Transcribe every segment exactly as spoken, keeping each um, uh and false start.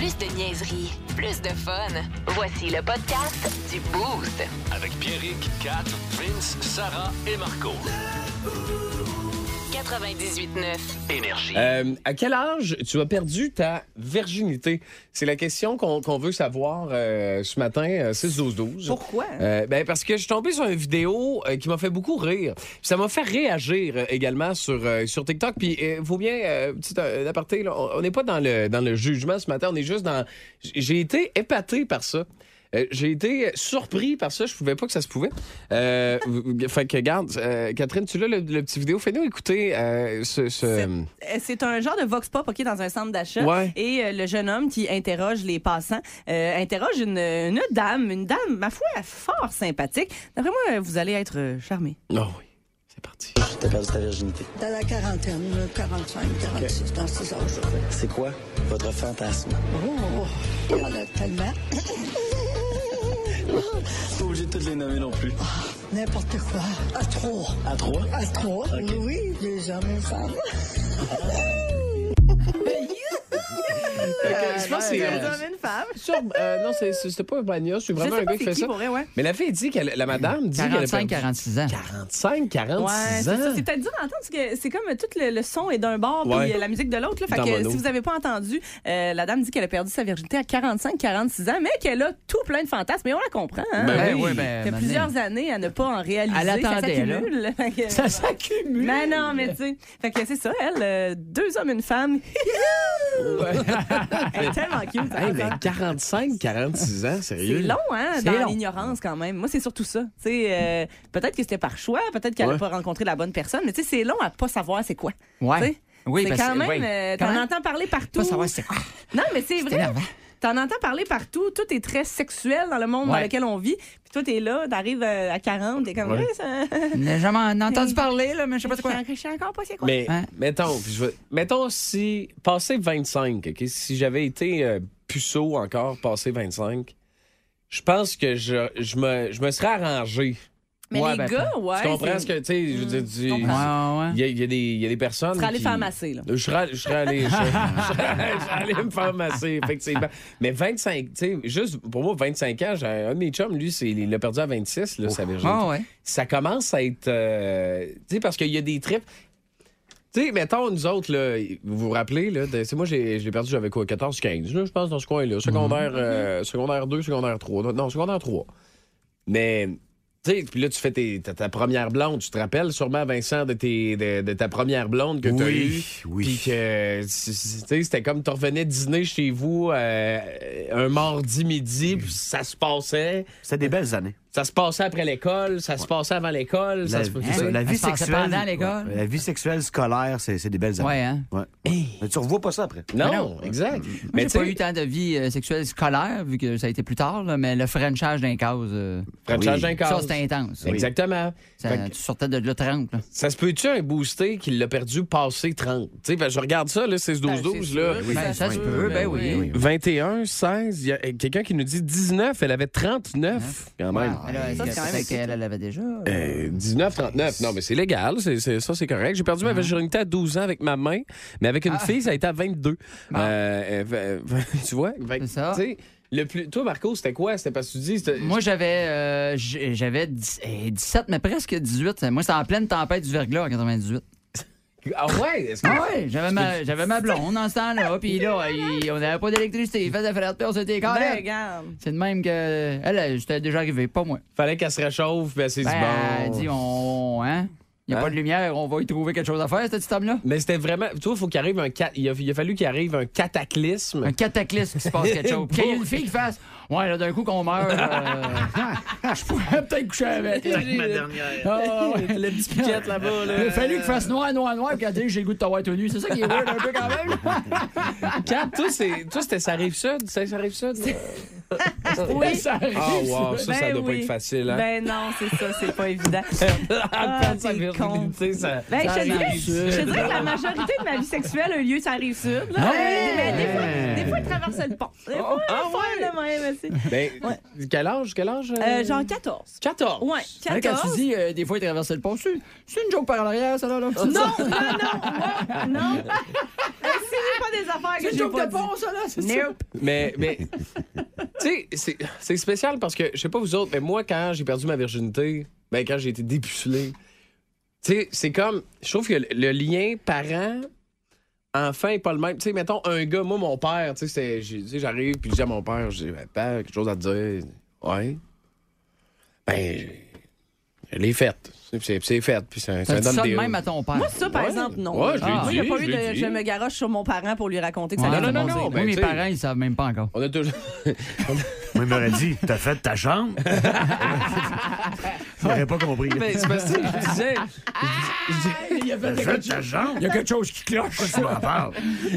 Plus de niaiserie, plus de fun. Voici le podcast du Boost. Avec Pierrick, Kat, Vince, Sarah et Marco. quatre-vingt-dix-huit neuf. Énergie. Euh, à quel âge tu as perdu ta virginité? C'est la question qu'on qu'on veut savoir euh, ce matin, euh, six douze douze. Pourquoi? Euh, ben parce que je suis tombé sur une vidéo euh, qui m'a fait beaucoup rire. Puis ça m'a fait réagir euh, également sur, euh, sur TikTok. Puis il euh, faut bien, euh, petit euh, aparté, là, on n'est pas dans le, dans le jugement ce matin, on est juste dans... J'ai été épaté par ça. Euh, j'ai été surpris par ça. Je pouvais pas que ça se pouvait. Euh, fait que, regarde, euh, Catherine, tu l'as, le, le petit vidéo? Fais-nous écouter euh, ce... ce... C'est, c'est un genre de vox pop, OK, dans un centre d'achat. Ouais. Et euh, le jeune homme qui interroge les passants euh, interroge une, une dame, une dame, ma foi, fort sympathique. D'après moi, vous allez être euh, charmé. Oh oui, c'est parti. T'as perdu ta virginité. Dans la quarantaine, quarante-cinq, quarante-six, okay. Dans ces âges-là. C'est quoi votre fantasme? Oh, il y en a tellement. Pas obligé de toutes les nommer non plus. Oh, n'importe quoi. À trois. À trois? À trois, okay. Oui, des hommes et femmes. Euh, je pense que c'est. Un homme et une femme. Sur, euh, non, c'est, c'était pas un bagnat, c'est vraiment un gars qui fait ça. Vrai, ouais. Mais la fille dit qu'elle, la madame dit quarante-cinq, qu'elle a quarante-six ans. quarante-cinq, quarante-six Ouais, c'est ans. ça. C'est peut-être dur d'entendre parce que c'est comme tout le, le son est d'un bord Ouais. puis la musique de l'autre. Là. Fait Dans que mono. si vous n'avez pas entendu, euh, la dame dit qu'elle a perdu sa virginité à quarante-cinq, quarante-six ans, mais qu'elle a tout plein de fantasmes. Et on la comprend. Hein? Ben Ben oui. oui, ben, Il y a plusieurs années à ne pas en réaliser. Elle attendait, ça s'accumule. Fait que- Ça s'accumule. Mais non, mais tu sais. Fait que c'est ça, elle, euh, deux hommes, une femme. Elle est tellement cute. Hey, hein, mais ça. quarante-cinq, quarante-six ans, sérieux? C'est long, hein, C'est dans long. l'ignorance quand même. Moi, c'est surtout ça. Tu sais, euh, peut-être que c'était par choix, peut-être qu'elle n'a Ouais. pas rencontré la bonne personne, mais tu sais, c'est long à pas savoir c'est quoi. Ouais. Tu sais, Oui, c'est parce quand que- même. oui. euh, t'en Comment? entends parler partout. Pas savoir c'est quoi. Non, mais c'est vrai. énervant. T'en entends parler partout. Tout est très sexuel dans le monde dans Ouais. lequel on vit. Puis toi, t'es là, t'arrives euh, à quarante, t'es comme. Ouais. Ouais, ça... Je n'ai jamais en entendu parler, là, mais je sais pas c'est quoi. Je sais encore pas c'est quoi. Mais Hein? mettons, puis je vais- mettons si, passé vingt-cinq, OK, si j'avais été euh, puceau encore, passé vingt-cinq, je pense que je, je, me, je me serais arrangé. Mais Ouais, les ben, gars, ouais. tu comprends c'est- ce que, tu sais, je veux dire, du- Ouais, ouais. il y, a- il y a des, il y a des personnes. Tu serais allé qui- faire masser, là. Je serais, je serais allé, je, je serais, je serais allé me faire masser, effectivement. Mais vingt-cinq, tu sais, juste pour moi, vingt-cinq ans, j'ai un de mes chums, lui, c'est, il l'a perdu à vingt-six, là, sa virginité. Ouais, ouais. Ça commence à être. euh, tu sais, parce qu'il y a des trips. Tu sais, mettons, nous autres, là, vous vous rappelez, là, de- c'est moi, j'ai, je l'ai perdu, j'avais quoi, quatorze, quinze, là, je pense, dans ce coin-là. Secondaire, euh, secondaire deux, secondaire trois. Non, secondaire trois. Mais. Tu sais, puis là, tu fais tes, ta, ta première blonde. Tu te rappelles sûrement, Vincent, de, tes, de, de ta première blonde que tu as eue. oui. Puis que, tu sais, c'était comme tu revenais dîner chez vous euh, un mardi midi, puis ça se passait. C'était des belles années. Ça se passait après l'école, ça se passait avant l'école. La, Ça se... c'est ça, la Ça vie se passait sexuelle. pendant l'école. Ouais, la vie sexuelle scolaire, c'est, c'est des belles années. Ouais, hein? Ouais. Mais tu revois pas ça après. Non, Mais non. exact. Moi, Mais j'ai tu pas sais, eu tant de vie euh, sexuelle scolaire, vu que ça a été plus tard, là, mais le frenchage d'un case, euh, Frenchage Oui. d'un ça, cadre. c'était intense. Exactement. Ça- Fait que tu sortais de là trente. Là. ça se peut-tu un boosté qui l'a perdu passé trente? Tu sais, ben, je regarde ça, là, six douze douze, Ben, là. c'est sûr, Ben, ça ça se se peut, peut, ben ben oui. oui. vingt et un, seize, il y a quelqu'un qui nous dit dix-neuf, elle avait trente-neuf, quand même. Mais là, Ça, c'est quand même peut-être qu'elle elle l'avait déjà. Euh, dix-neuf, trente-neuf. Non, mais c'est légal. C'est, c'est- ça, c'est correct. J'ai perdu ma virginité à douze ans avec ma main, mais avec une Ah. fille, ça a été à vingt-deux. Bon. Euh, euh, tu vois? Fait que, C'est ça. tu sais, le plus... Toi, Marco, c'était quoi? C'était parce que tu dis... c'était- Moi, j'avais euh, j'ai- j'avais dix- eh, dix-sept, mais presque dix-huit. Moi, c'était en pleine tempête du verglas en quatre-vingt-dix-huit. Ah ouais? Est-ce que... Ah ouais, j'avais ma, j'avais ma blonde dans ce temps-là, puis là, il- on n'avait pas d'électricité, il faisait frais, puis on s'était Ben, écartés. regarde. C'est de même que elle, elle, j'étais déjà arrivé, pas moi. Fallait qu'elle se réchauffe, puis elle s'est dit Ben, elle bon... dit, on, hein, il n'y a Hein? pas de lumière, on va y trouver quelque chose à faire, cet homme-là. Mais c'était vraiment... Toi, il faut qu'il arrive un... ca- Il a, il a fallu qu'il arrive un cataclysme. Un cataclysme qui se passe quelque chose. Qu'il y ait une fille qui fasse, ouais, là, d'un coup qu'on meurt, euh, je pourrais peut-être coucher avec. Ma dernière. Ah, ouais. La petite piquette là-bas, là. Il a fallu qu'il fasse noir, noir, noir, puis qu'elle dise j'ai le goût de t'avoir tout nu. C'est ça qui est weird un peu quand même. Kat, toi, c'est... toi, c'était ça rive sud? Ça, ça rive sud? Oui. Ça arrive. Ah, wow, ça, ça Ben doit pas oui. être facile, hein? Ben non, c'est ça, c'est pas évident. Ah, perdre sa t'es virginité, ça... Ben, je Ça te dirais, arrive je te dirais que la majorité de ma vie sexuelle a eu lieu sur la Rive-Sud. là. Ouais. Euh, mais des fois, des fois, traverser le pont. C'est Oh, pas ah faire ouais? de même, aussi. Ben, quel âge? Quel âge? euh? Euh, genre quatorze. quatorze. Ouais, Hein, Quand quatorze. tu dis, euh, des fois, il traversait le pont, c'est c'est une joke par en arrière, ça, là? là? Non, non, non, moi, non. Essayez pas des affaires C'est que une j'ai joke pas de pont, ça, là? C'est dit. ça? Nope. Mais, mais tu sais, c'est, c'est spécial parce que, je sais pas vous autres, mais moi, quand j'ai perdu ma virginité, ben, quand j'ai été dépucelé, tu sais, c'est comme, je trouve que le, le lien parent-enfant est pas le même. Tu sais, mettons, un gars, moi, mon père, tu sais, j'arrive, puis je dis à mon père, je dis, ben, père, quelque chose à te dire. Ouais. Ben, je l'ai faite. C'est, c'est fait. Puis ça, Ça ça dit donne ça des... de même à ton père. Moi, ça, par Ouais. exemple, non. Ouais, je l'ai Moi, il n'y a dit, pas je eu l'ai de dit. je me garoche sur mon parent pour lui raconter que ça Ouais, allait non, non, se non, passer. non, Moi, ben, mes tu sais- parents, ils savent même pas encore. On a toujours... Moi, il m'aurait dit, t'as fait ta chambre? Il n'aurait pas compris. Mais c'est parce que je disais... Il a T'as fait ta chambre? Il y a quelque chose qui cloche. Tu m'en parles.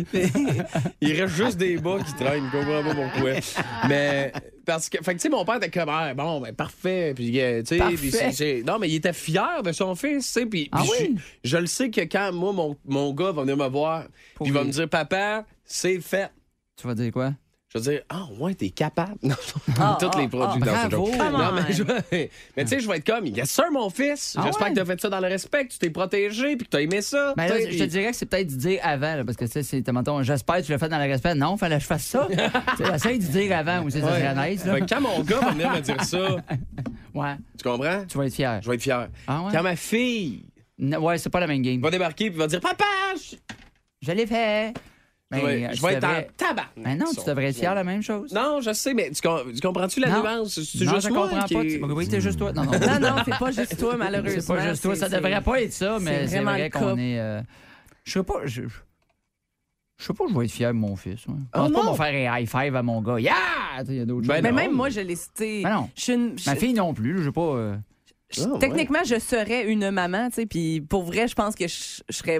Il reste juste des bas qui traînent, je comprends pas pourquoi. Mais parce que, fait que tu sais, mon père était comme, ah, bon, ben parfait, puis euh, tu sais, puis c'est- c'est- non, mais il était fier de son fils, tu sais, puis Ah puis je, oui? je le sais que quand moi mon, mon gars va venir me voir, puis il va me dire, papa, c'est fait. Tu vas dire quoi? Je vais dire, ah ouais, t'es capable. Non, Ah, tous ah, les produits ah, dans ce bravo. joke. Come Non, on. mais, je vais- mais tu sais, je vais être comme, yes sir, mon fils. Ah J'espère ouais? que t'as fait ça dans le respect, que tu t'es protégé, puis que t'as aimé ça. Ben là, tu sais, je te dirais que c'est peut-être du dire avant, là, parce que tu sais, c'est, mettons, j'espère que tu l'as fait dans le respect. Non, fallait que je fasse ça. Tu sais, essaye de dire avant aussi, ça Ouais. serait nice. Là. Fait que quand mon gars va venir me dire ça, Ouais, tu comprends? tu vas être fier. Je vais être fier. Ah ouais? Quand ma fille N- Ouais, c'est pas la même game. va débarquer puis va dire, papa, je, Je l'ai fait. je Mais, vais, euh, je tu vais être devrais- en tabac. Ben non, tu devrais être fier de la même chose. Non, je sais, mais tu, com- tu comprends-tu la Non. nuance? C'est non, juste je moi comprends qui pas. est- Tu... Oui, c'est juste toi. Non, non. Non, non, c'est pas juste toi, malheureusement. C'est pas juste toi. Ça C'est- devrait pas être ça, mais c'est c'est vraiment vrai le qu'on cas. est. euh, Je sais pas. Je... Je sais pas, je vais être fier de mon fils. moi. Je Oh pense pas non! m'en faire un high five à mon gars. Yeah! Tu sais, il y a d'autres Ben choses. Mais non. même moi, je l'ai. tu sais, Ben non. je suis une- je- Ma fille non plus. Je sais pas. euh, je- Ah, ouais. techniquement, je serais une maman, tu sais, puis pour vrai, je pense que je, je serais.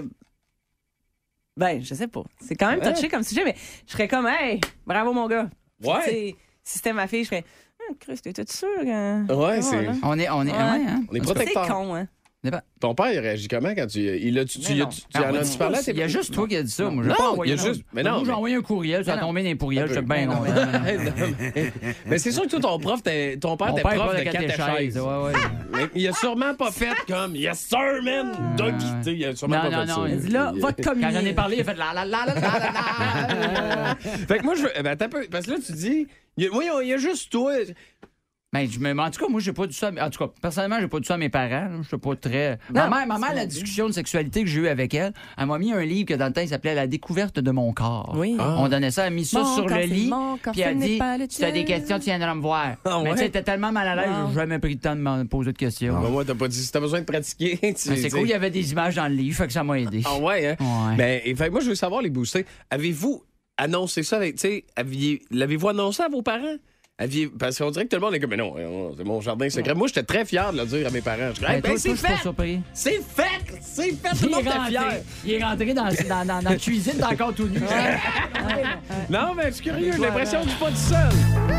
Ben, je sais pas. C'est quand même Ouais. touché comme sujet, mais je serais comme, hey, bravo mon gars. Puis, Ouais. tu sais, si c'était ma fille, je serais, hum, Chris, t'es sûr? que- Ouais, Ah, c'est. là. On est. On est. Ouais. ah ouais, hein? On est C'est protecteurs. con, hein? Ton père, il réagit comment quand tu. Il a, tu, tu, Mais y a- non. tu, tu Ah, en ouais, as-tu parlé à tes Il y a juste toi qui as dit ça. Moi, j'ai Non, pas envoyé il y a juste- mais non, Moi, j'ai mais- envoyé un courriel, ça a Mais non. tombé dans les pourriels. Un Je suis peu. bien Non, content. mais- mais c'est sûr que toi, ton prof, t'es- ton père Mon était père est prof pas de de catéchèse. catéchèse. Ouais, ouais. Mais il a sûrement pas fait comme Yes sir, man! Doggy. Tu sais, Il a sûrement Non, pas non, fait non, ça. il Il dit là, va te Quand communier. j'en ai parlé, il a fait la la la la la la la. Fait que moi, je veux. Ben, attends un peu. Parce que là, tu dis. il y a- Moi, il y a juste toi. Ben, je me... En tout cas, moi, j'ai pas dit ça. à mes- En tout cas, personnellement, j'ai pas dit ça à mes parents. Je suis pas très. Non, ma mère, ma mère c'est la mon discussion de sexualité que j'ai eue avec elle, elle m'a mis un livre que dans le temps, il s'appelait La découverte de mon corps. Oui. Ah. On donnait ça, elle a mis ça Mon sur corps, le c'est lit. mon corps, Puis ce elle n'est dit pas le si t'as des tien. questions, tu viendras me voir. Ah Mais ouais? tu sais, t'es tellement mal à l'aise, Wow. j'ai jamais pris le temps de me poser de questions. Ben, moi, t'as pas dit. Si t'as besoin de pratiquer. tu- Mais c'est tu sais. cool, il y avait des images dans le livre, fait que ça m'a aidé. Ah ouais, hein? Ouais. Ben, et fait que moi, je veux savoir, les boostés. Avez-vous annoncé ça avec. Tu sais, aviez- l'avez-vous annoncé à vos parents? Aviez- Parce qu'on dirait que tout le monde est comme, mais non, non, c'est mon jardin secret. Moi, j'étais très fier de le dire à mes parents. Je dis, hey, Ben, toi, ben, toi, c'est je suis pas fait! surpris. C'est fait! C'est fait! Tout Il le monde est, était rentré, fier! il est rentré dans, dans, dans, dans la cuisine, t'es encore tout nu. Non, mais je suis curieux, j'ai l'impression que je suis pas tout seul.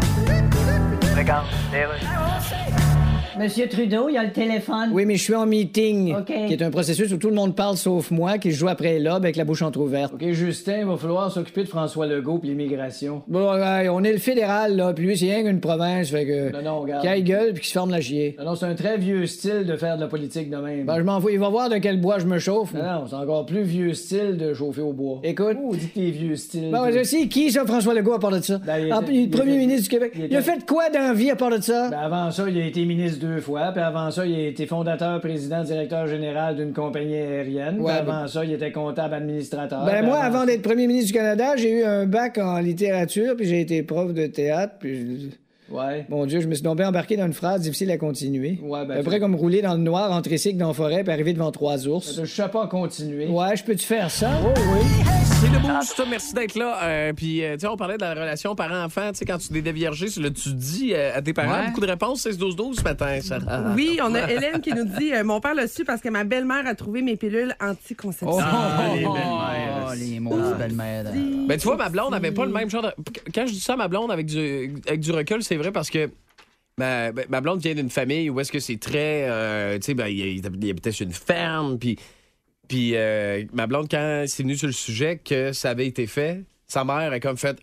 Monsieur Trudeau, il y a le téléphone. Oui, mais je suis en meeting, OK. qui est un processus où tout le monde parle sauf moi, qui joue après l'aube avec la bouche entrouverte. OK, Justin, il va falloir s'occuper de François Legault puis l'immigration. Bon, ouais, on est le fédéral, là, puis lui, c'est rien qu'une province, fait que... Non, non, regarde. Qu'il aille gueule puis qu'il se forme la chier. Non, non, c'est un très vieux style de faire de la politique de même. Ben, je m'en fous, il va voir de quel bois je me chauffe. Non, non, c'est encore plus vieux style de chauffer au bois. Écoute... Oh, dis que t'es vieux style. Ben, ouais, si, qui, ça, François Legault, à part de ça? Ben, il, Ah, était- il est il premier était- ministre du Québec. il Il, a était- fait quoi dans la vie, à part de ça? Ben, avant ça, il a été ministre deux fois, puis avant ça, il a été fondateur, président, directeur général d'une compagnie aérienne. Ouais, Puis avant ben- ça, il était comptable administrateur. Ben, Puis moi, avant avant d'être premier ministre du Canada, j'ai eu un bac en littérature, puis j'ai été prof de théâtre, puis... je- Ouais. Mon Dieu, je me suis tombé embarqué dans une phrase difficile à continuer. Ouais, ben... Après, comme rouler dans le noir en tricycle dans la forêt, puis arriver devant trois ours. Je sais pas continuer. Ouais, je peux-tu faire ça? Oh, oui. C'est le boost, merci d'être là. Euh, puis, euh, tu sais, on parlait de la relation parent-enfant. Tu sais, quand tu t'es déviergé, là, tu dis euh, à tes parents Ouais. beaucoup de réponses, seize douze douze ce matin, Sarah. Oui, on a Hélène qui nous dit euh, mon père l'a su parce que ma belle-mère a trouvé mes pilules anticonception. Oh, Ah, les oh, belles-mères. oh, les maudites belles-mères. Ben, tu vois, ma blonde avait pas le même genre de. Quand je dis ça à ma blonde avec du, avec du recul, c'est vrai parce que ma, ben, ma blonde vient d'une famille où est-ce que c'est très. euh, tu sais, ben, il, il habitait sur une ferme, puis. Puis euh, ma blonde, quand c'est venu sur le sujet que ça avait été fait, sa mère a comme fait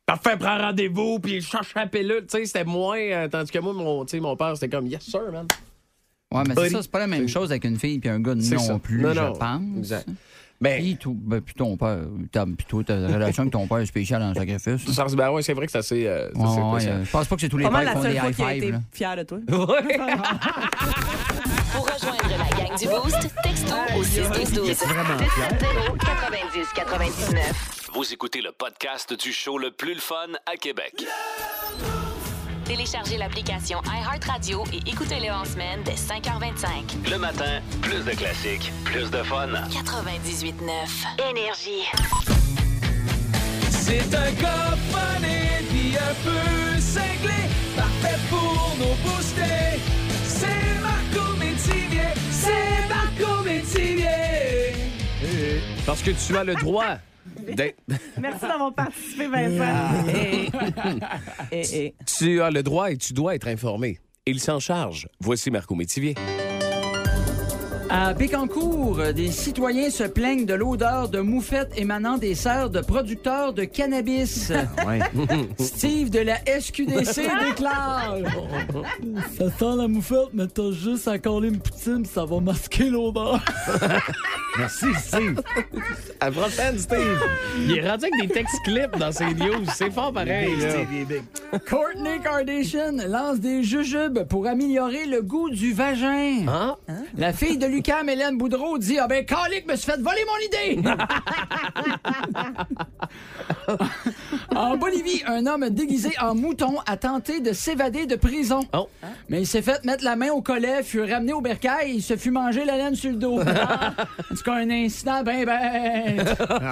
parfait, prends rendez-vous, puis cherche la pilule. Tu sais, c'était moins. Euh, tandis que moi, mon, mon père, c'était comme, yes, sir, man. Ouais, mais Buddy. c'est ça, c'est pas la même chose avec une fille puis un gars C'est non ça. plus, Non, je non. pense. Exact. Ben, Puis, tout, ben, puis ton père, t'as, puis toi, ta relation avec ton père est spéciale en sacrifice. ça, ben ouais, c'est vrai que c'est assez. Euh, Ouais, c'est ouais, spécial. euh, je pense pas que c'est tous les Pas pères mal qui la font des seule fois high qu'il a été five. Là. fier de toi. Ouais. Pour rejoindre la gang du Boost, texto au six douze douze. six sept zéro quatre-vingt-dix quatre-vingt-dix-neuf. Vous écoutez le podcast du show le plus le fun à Québec. Téléchargez l'application iHeartRadio et écoutez-le en semaine dès cinq heures vingt-cinq. Le matin, plus de classiques, plus de fun. quatre-vingt-dix-huit neuf. Énergie. C'est un gars funny puis un peu cinglé, parfait pour nos booster. C'est Marco Métivier, c'est Marco Métivier. Parce que tu as le droit d'être. Merci d'avoir participé, Vincent. Et, et, et. Tu as le droit et tu dois être informé. Il s'en charge. Voici Marco Métivier. À Bécancour, des citoyens se plaignent de l'odeur de moufette émanant des serres de producteurs de cannabis. Ouais. Steve de la S Q D C déclare: ça sent la moufette, mais t'as juste à coller une poutine, ça va masquer l'odeur. Merci, Steve. À la prochaine, Steve. Il est rendu avec des textes clips dans ses news. C'est fort pareil, là. Steve, il est big. Kourtney Kardashian lance des jujubes pour améliorer le goût du vagin. Hein? La fille de Lucas, Hélène Boudreau, dit: ah ben, calique, me suis fait voler mon idée! En Bolivie, un homme déguisé en mouton a tenté de s'évader de prison. Oh. Mais il s'est fait mettre la main au collet, fut ramené au bercail et il se fut manger la laine sur le dos. En tout cas, un incident ben ben.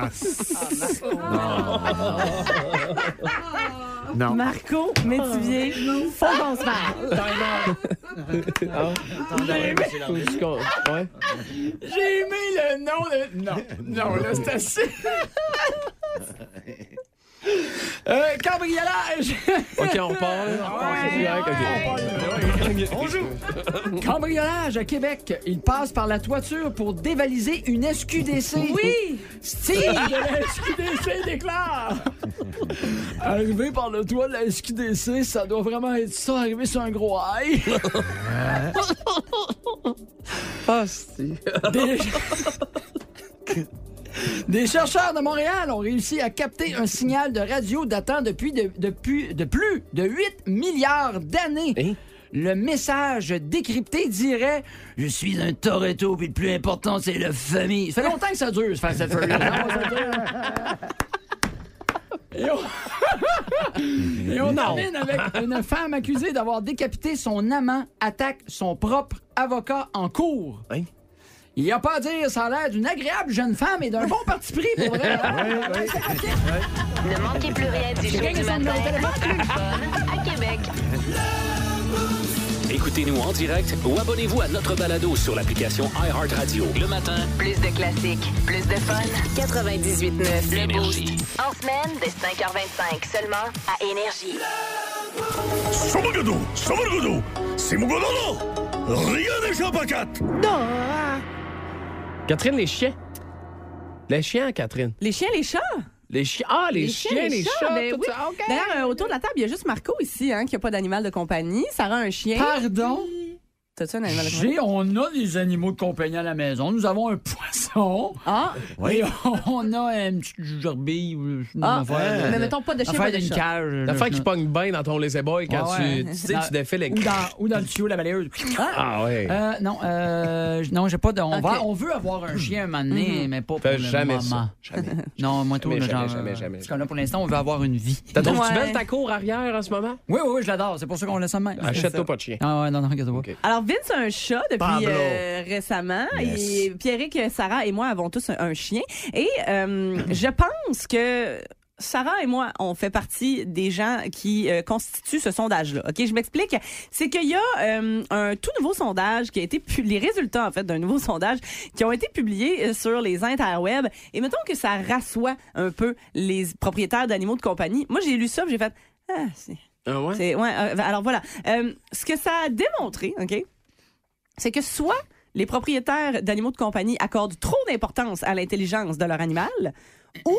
Non. Marco Métivier, faut qu'on se parle. Ouais. J'ai aimé le nom de... Non, non, là, c'est assez. Euh, cambriolage! OK, on repart. On joue! Cambriolage à Québec. Il passe par la toiture pour dévaliser une S Q D C. Oui! Steve de la S Q D C déclare: arriver par le toit de la S Q D C, ça doit vraiment être ça, arriver sur un gros high. Ah, c'est... Des... Des chercheurs de Montréal ont réussi à capter un signal de radio datant depuis de, depuis, de plus de huit milliards d'années. Hein? Le message décrypté dirait: je suis un Toretto, puis le plus important, c'est la famille. Ça fait longtemps que ça dure, ce Fast and Furious. Et on, Et on termine avec une femme accusée d'avoir décapité son amant attaque son propre avocat en cours. Hein? Il n'y a pas à dire, ça a l'air d'une agréable jeune femme et d'un bon parti pris, pour vrai. Ne manquez plus rien du show du matin. Plus le fun à Québec. Écoutez-nous en direct ou abonnez-vous à notre balado sur l'application iHeartRadio. Le matin, Plus de classiques, plus de fun. quatre-vingt-dix-huit neuf. Le Boost. Énergie. En semaine, dès cinq heures vingt-cinq, seulement à Énergie. Somagodo, Somagodo, c'est mon godono. Rien n'échappe à quatre. Catherine, les chiens. Les chiens, Catherine. Les chiens, les chats? Les chiens. Ah, les, chiens, les chats. ben tout oui. ça. OK. D'ailleurs, euh, autour de la table, il y a juste Marco ici, hein, qui n'a pas d'animal de compagnie. Sarah a un chien. Pardon? T'as-tu un animal de compagnie? J'ai, on a des animaux de compagnie à la maison. Nous avons un poisson. Ah! Et on a une petite gerbille. Une Ah, affaire de- mais mettons pas de chien, affaire pas de d'une chat. cage. L'affaire qui pogne bien dans ton lazy boy quand Ouais, ouais. tu, tu sais, Dans- tu défais les... Ou dans, ou dans le tuyau, la balayeuse. Ah, ouais. Euh, non, euh, non, j'ai pas de. On, Ok. va, on veut avoir un chien un moment donné, mais pas pour Fais le jamais moment. ça. Jamais. Non, moi, tout, Jamais, le jamais, genre. jamais, euh, jamais. Parce que là, pour l'instant, on veut avoir une vie. T'as trouves-tu Ouais. belle ta cour arrière en ce moment? Oui, oui, oui, je l'adore. C'est pour ça qu'on laisse ça de même. Achète-toi pas de chien. Ah ouais, non, non, regarde pas. Ok. Alors, Vince a un chat depuis Pablo. euh, récemment. Yes. Et Pierrick, Sarah et moi avons tous un, un chien. Et euh, je pense que Sarah et moi, on fait partie des gens qui euh, constituent ce sondage-là. OK, je m'explique. C'est qu'il y a euh, un tout nouveau sondage qui a été... pu- les résultats, en fait, d'un nouveau sondage qui ont été publiés euh, sur les interwebs. Et mettons que ça rassoit un peu les propriétaires d'animaux de compagnie. Moi, j'ai lu ça et j'ai fait... Ah, c'est... Ah ouais? C'est, ouais, euh, alors voilà. Euh, ce que ça a démontré, OK, c'est que soit les propriétaires d'animaux de compagnie accordent trop d'importance à l'intelligence de leur animal, ou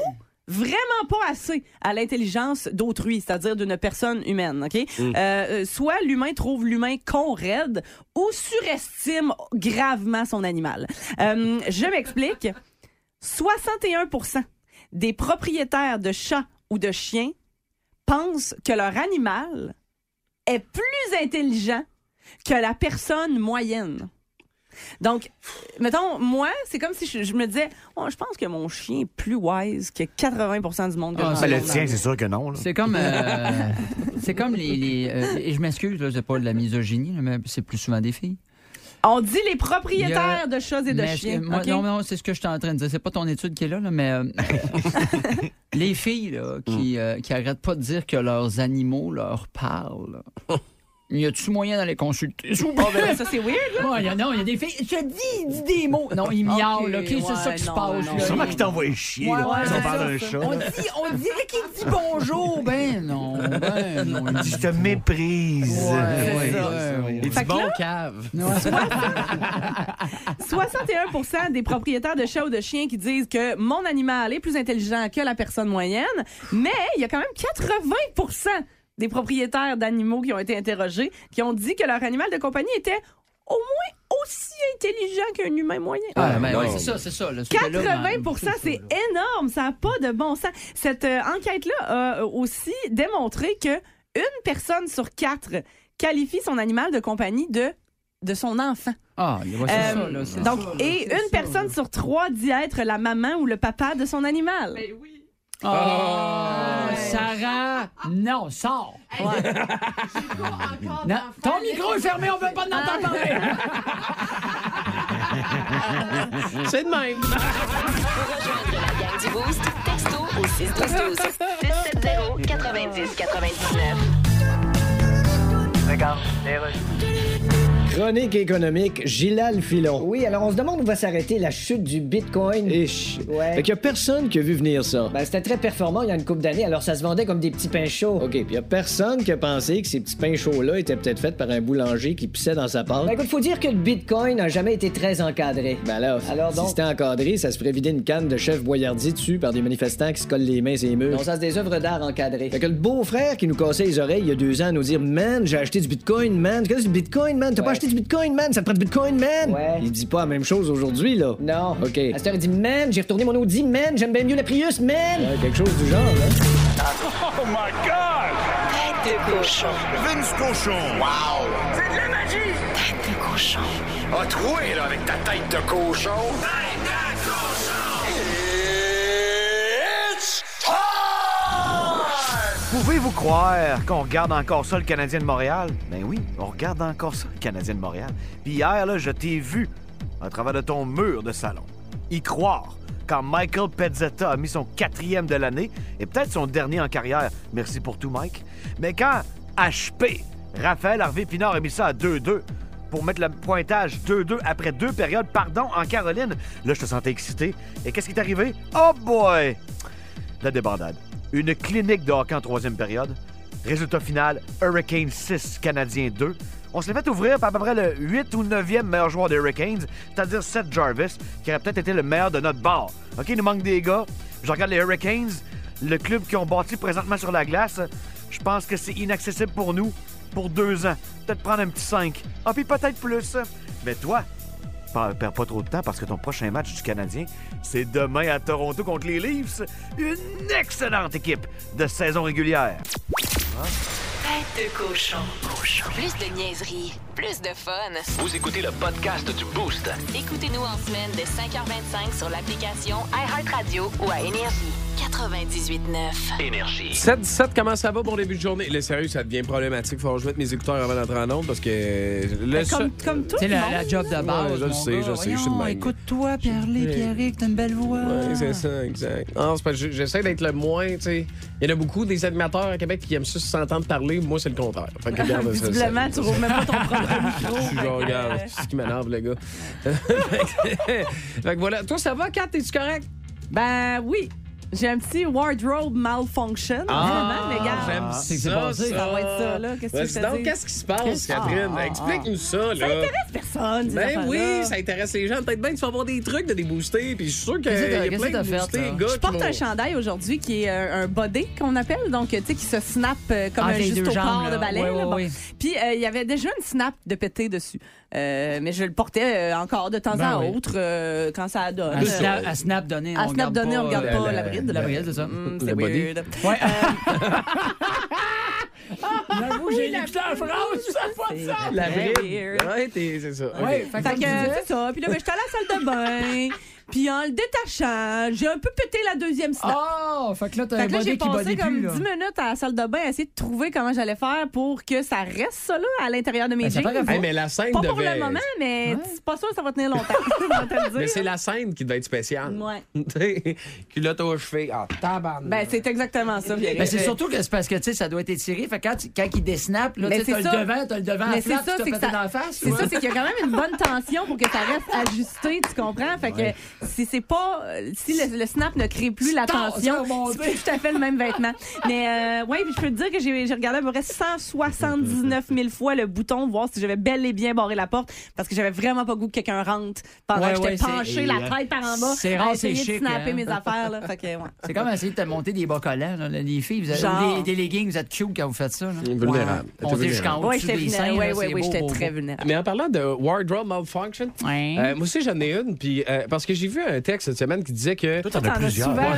vraiment pas assez à l'intelligence d'autrui, c'est-à-dire d'une personne humaine, OK? Mm. Euh, soit l'humain trouve l'humain con raide ou surestime gravement son animal. Euh, je m'explique. soixante et un pour cent des propriétaires de chats ou de chiens pensent que leur animal est plus intelligent que la personne moyenne. Donc, mettons, moi, c'est comme si je, je me disais, oh, je pense que mon chien est plus wise que quatre-vingts pour cent du monde. Que ah, ben, le tien, c'est sûr que non. Là. C'est comme, euh, c'est comme les... les euh, et je m'excuse, là, c'est pas de la misogynie, là, mais c'est plus souvent des filles. On dit les propriétaires a... de chats et de mais chiens. Moi, okay? Non, non, c'est ce que je suis en train de dire. C'est pas ton étude qui est là, là mais euh, les filles là, qui, mm. euh, qui arrêtent pas de dire que leurs animaux leur parlent. Y a-tu moyen d'aller consulter? Oh, ben, ça, c'est weird, là. Ouais, y a, non, il y a des filles. Je te dis, il dit des mots. Non, il miaule, OK? okay ouais, c'est ça qui se passe. C'est sûrement qu'il t'envoie chier, ouais, là. Ouais, on parle d'un chat. On, dit, on dirait qu'il dit bonjour. Ben non, ben non. Il dit, je te méprise. Ouais, ouais, ça, ouais, ouais. Il dit bon cave. soixante et un pour cent des propriétaires de chats ou de chiens qui disent que mon animal est plus intelligent que la personne moyenne, mais il y a quand même quatre-vingts pour cent des propriétaires d'animaux qui ont été interrogés, qui ont dit que leur animal de compagnie était au moins aussi intelligent qu'un humain moyen. Ah, ben, ouais, c'est ça, c'est ça. Là, quatre-vingts pour cent, c'est énorme. Ça n'a pas de bon sens. Cette euh, enquête-là a aussi démontré que une personne sur quatre qualifie son animal de compagnie de de son enfant. Ah, ouais, c'est euh, ça. Là, c'est donc, ça, là, et une ça, personne là. sur trois dit être la maman ou le papa de son animal. Ben oui. Oh, oh, Sarah! Non, sors! Hey, ouais. Non, ton micro est fermé, on ne veut pas t'entendre parler! C'est de même! Pour rejoindre la gang du Boost, texto au six douze douze. six sept zéro quatre-vingt-dix quatre-vingt-dix-neuf. Regarde, les Chronique économique, Gilal Filon. Oui, alors on se demande où va s'arrêter la chute du Bitcoin. Ich. Ouais. Fait qu'il y a personne qui a vu venir ça. Ben, c'était très performant il y a une couple d'années, alors ça se vendait comme des petits pains chauds. OK, puis il y a personne qui a pensé que ces petits pains chauds-là étaient peut-être faits par un boulanger qui pissait dans sa pâte. Ben, écoute, faut dire que le Bitcoin n'a jamais été très encadré. Ben là, alors donc... si c'était encadré, ça se ferait vider une canne de chef Boyardi dessus par des manifestants qui se collent les mains et les murs. Non, ça, c'est des œuvres d'art encadrées. Fait que le beau-frère qui nous cassait les oreilles il y a deux ans à nous dire « Man, j'ai acheté du Bitcoin, man. Qu'est-ce que c'est du Bitcoin, man? T'as ouais. pas acheté du Bitcoin, man? Ça te prend du Bitcoin, man! » Ouais. Il dit pas la même chose aujourd'hui, là. Non. OK. À cette heure, il dit « Man, j'ai retourné mon Audi, man. J'aime bien mieux la Prius, man! » Ouais, quelque chose du genre, là. Oh my God! Tête de cochon. Vince Cochon. Wow! C'est de la magie! Tête de cochon. A troué, là, avec ta tête de cochon. Tête de cochon! It's time! Pouvez-vous croire qu'on regarde encore ça, le Canadien de Montréal? Ben oui, on regarde encore ça, le Canadien de Montréal. Puis hier, là, je t'ai vu à travers de ton mur de salon. Y croire quand Michael Pezzetta a mis son quatrième de l'année et peut-être son dernier en carrière. Merci pour tout, Mike. Mais quand H P, Raphaël Harvey-Pinard a mis ça à deux deux pour mettre le pointage deux deux après deux périodes, pardon, en Caroline, là, je te sentais excité. Et qu'est-ce qui est arrivé? Oh boy! La débandade. Une clinique de hockey en troisième période. Résultat final, Hurricane six, Canadien deux. On se l'est fait ouvrir par à peu près le huit ou neuvième meilleur joueur des Hurricanes, c'est-à-dire Seth Jarvis, qui aurait peut-être été le meilleur de notre bord. OK, il nous manque des gars. Je regarde les Hurricanes, le club qu'ils ont bâti présentement sur la glace. Je pense que c'est inaccessible pour nous pour deux ans. Peut-être prendre un petit cinq. Ah, puis peut-être plus. Mais toi, perds pas trop de temps parce que ton prochain match du Canadien, c'est demain à Toronto contre les Leafs. Une excellente équipe de saison régulière. Hein? Tête de cochon. Cochon. Plus de niaiserie, plus de fun. Vous écoutez le podcast du Boost. Écoutez-nous en semaine de cinq heures vingt-cinq sur l'application iHeartRadio ou à Énergie. quatre-vingt-dix-huit neuf. Énergie. sept dix-sept, comment ça va pour le début de journée? Là, sérieux, ça devient problématique. Faut que je mette mes écouteurs avant d'entrer en onde parce que... Le comme, comme tout C'est la, la job de base. Ouais, je le sais, je sais, je suis le même. Écoute-toi, Pierre-Lee, Pierrick, t'as une belle voix. Oui, c'est ça, exact. Non, c'est parce que j'essaie d'être le moins, tu sais. Il y en a beaucoup des animateurs à Québec qui aiment ça s'entendre parler. Moi, c'est le contraire. Fait que regarde, visiblement, ça, ça... tu rouvres même pas ton propre micro. Je suis genre, regarde, c'est ce qui m'énerve, le gars. Fait que voilà. Toi, ça va, Kat? T'es-tu correct? Ben oui. J'ai un petit wardrobe malfunction. Ah, vraiment, mais gars. j'aime c'est que c'est ça, passé. ça. Ça va être ça, là. Qu'est-ce que Vas-y je te donc, dis? qu'est-ce qui se passe, Qu'est-ce- Catherine? Ah, Explique-nous ça, là. Ça intéresse personne, ces Ben affaires-là. oui, ça intéresse les gens. Peut-être bien que tu vas avoir des trucs de des boostés, puis je suis sûr qu'il y Qu'est-ce que t'as- a qu'est-ce plein que t'as de fait, boostés, là? gars. Je qui porte vont- un chandail aujourd'hui qui est un, un body qu'on appelle, donc tu sais, qui se snap euh, comme Entre un les juste deux au jambes, corps là. de balai. Ouais, là, ouais, bon. ouais. Puis euh, il y avait déjà une snap de pété dessus. Euh, mais je le portais euh, encore de temps Ben à oui. autre euh, quand ça donne. À snap, à snap donné, À on snap garde donné, on regarde euh, pas la la- bride. La bride, c'est ça. Mm, Le c'est body. weird. Ouais. J'avoue, j'ai écouté la phrase, ça n'a pas de sens. La Très bride. weird. Ouais, t'es- c'est ça. Ouais, OK. fait Fait comme que tu euh, disais. c'est ça. Puis là, ben, j'étais à la salle de bain. Puis en le détachant, j'ai un peu pété la deuxième snap. Ah, fait que là, t'as Fait un que là, body j'ai qui passé body comme plus, là. dix minutes à la salle de bain à essayer de trouver comment j'allais faire pour que ça reste ça là à l'intérieur de mes Ben, ça jeans. paraît pas. Hey, mais la scène Pas pour devait... le moment, mais Ouais. c'est pas sûr que ça va tenir longtemps. Je vais te le dire. Mais c'est la scène qui devait être spéciale. Ouais. Tu sais, culotte aux cheveux. Ah, tabarnak. Ben, c'est exactement ça. Pierre. Ben, c'est surtout que c'est parce que, tu sais, ça doit être étiré. Fait que quand, tu- quand il desnappe, là, Mais tu sais, t'as c'est le ça. devant, t'as le devant Mais à c'est flat, ça, tu c'est t'as que pété ça- dans la face. C'est ça, c'est qu'il y a quand même une bonne tension pour que ça reste ajusté, tu comprends? Fait que si c'est pas. Si le, le snap ne crée plus la Stop, tension, ça a monté. c'est plus tout à fait le même vêtement. Mais euh, ouais, puis je peux te dire que j'ai j'ai regardé à peu près cent soixante-dix-neuf mille fois le bouton, voir si j'avais bel et bien barré la porte, parce que j'avais vraiment pas goût que quelqu'un rentre pendant Ouais, que ouais, j'étais c'est- penchée, et, la euh, tête par en bas, c'est à rare, essayer c'est de chic, snapper hein. mes affaires. Là. Fait que, ouais. C'est comme essayer de te monter des bas collants. Là. Les filles, vous avez, Genre. des, des leggings, vous êtes cute quand vous faites ça. Là. Vulnérable. T'es On dit vulnérable. jusqu'en Ouais, haut j'étais des seins. vulnérable. Ouais, là, ouais, c'est ouais, beau, j'étais beau, très beau. vulnérable. Mais en parlant de wardrobe malfunction, Ouais. euh, moi aussi j'en ai une, puis euh, parce que j'ai vu un texte cette semaine qui disait que Toi, t'en T'en as as plusieurs. souvent,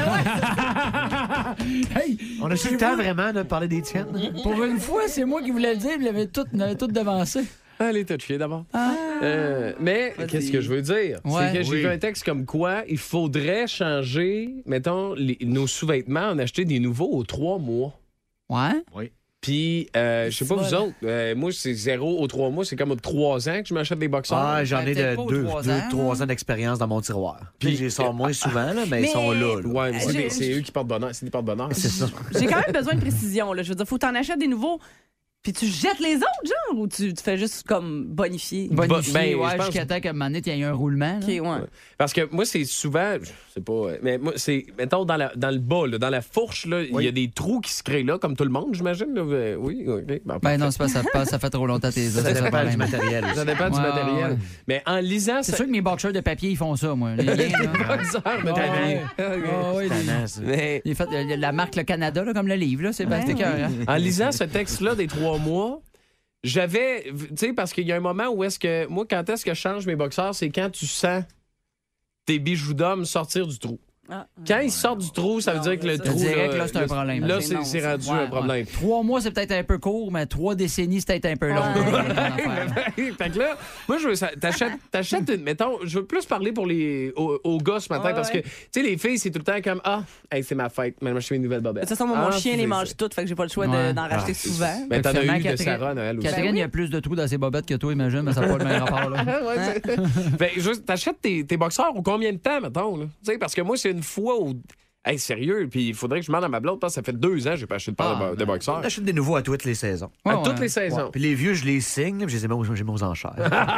Hey, On a eu le temps vraiment de parler des tiennes. pour une fois, c'est moi qui voulais le dire, vous l'avez tout, tout devancé. allez te chier d'abord. Euh, mais qu'est-ce que je veux dire, Ouais. c'est que j'ai Oui. vu un texte comme quoi il faudrait changer, mettons, les- nos sous-vêtements, en acheter des nouveaux aux trois mois. Ouais. Puis, euh, je sais pas C'est vous bon. autres, euh, moi, c'est zéro aux trois mois. C'est comme aux trois ans que je m'achète des boxeurs. Ah, j'en ai peut-être de pas aux deux, trois deux, ans. trois ans d'expérience dans mon tiroir. Puis, je les sors moins souvent, là, mais, Mais- ils sont là. là. Ouais, mais c'est, J'ai- des- c'est eux qui portent bonheur. C'est des porte-bonheur. C'est ça. J'ai quand même besoin de précision. Là. Je veux dire, faut que t'en achètes des nouveaux, puis tu jettes les autres, genre, ou tu, tu fais juste comme bonifier. Bonifié, ben, ouais, je pense- jusqu'à temps qu'à un moment donné, il y ait un roulement. là. OK, ouais. Parce que moi, c'est souvent, je sais pas, euh, mais moi, c'est, mettons, dans, la, dans le bas, là, dans la fourche, là, il y a des trous qui se créent là, comme tout le monde, j'imagine. Là. Euh, Oui, OK. Ben, Ben parfait. non, c'est pas ça, passe, ça fait trop longtemps tes os. Ça c'est dépend le du problème. matériel. Ça dépend du Ouais, matériel. ouais. Mais en lisant... C'est sûr que mes boxers de papier, ils font ça, moi. Les liens, là. Boxeur, mais Ouais, t'as ouais. dit. Ah ouais, les- Tannant, ça. Mais il est fait, euh, la marque Le Canada, là, comme le livre, là, c'est bien c'était cœur, hein. en lisant ce texte-là des trois mois, j'avais, tu sais, parce qu'il y a un moment où est-ce que, moi, quand est-ce que je change mes boxeurs, c'est quand tu sens tes bijoux d'homme sortir du trou. Ah. Quand ils sortent du trou, ça veut Non, dire que là, le ça- trou. Je dirais que là, c'est un problème. Là, C'est c'est non, c'est ça. rendu Ouais, un problème. ouais. Trois mois, c'est peut-être un peu court, mais trois décennies, c'est peut-être un peu long. Ouais. Fait que là, moi, je veux ça. T'achètes, t'achètes une. Mettons, je veux plus parler pour les aux, aux gars ce matin Ouais, parce ouais. que, tu sais, les filles, c'est tout le temps comme Ah, hey, c'est ma fête. Mais moi, je fais une nouvelle De bobette. toute façon, moi, mon Ah, chien c'est les ça. mange toutes, fait que j'ai pas le choix de- Ouais. d'en racheter Ah, souvent. Mais t'en as Finalement, eu de Catherine- Sarah, Noël aussi. Catherine, Ben oui. il y a plus de trous dans ses bobettes que toi, imagine, mais ça n'a pas le même rapport, là. Ouais, c'est- Fait, juste, t'achètes tes, tes boxeurs au combien de temps, mettons? Là? Tu sais, parce que moi, c'est une fois où. Hey, sérieux, puis il faudrait que je demande à ma blonde, parce que ça fait deux ans que j'ai pas acheté de paire Ah, de, bo- de boxeurs. On achète des nouveaux à toutes les saisons. À Ouais, toutes ouais. les saisons. Ouais. Puis les vieux, je les signe, puis je les ai mis aux, j'ai mis aux enchères.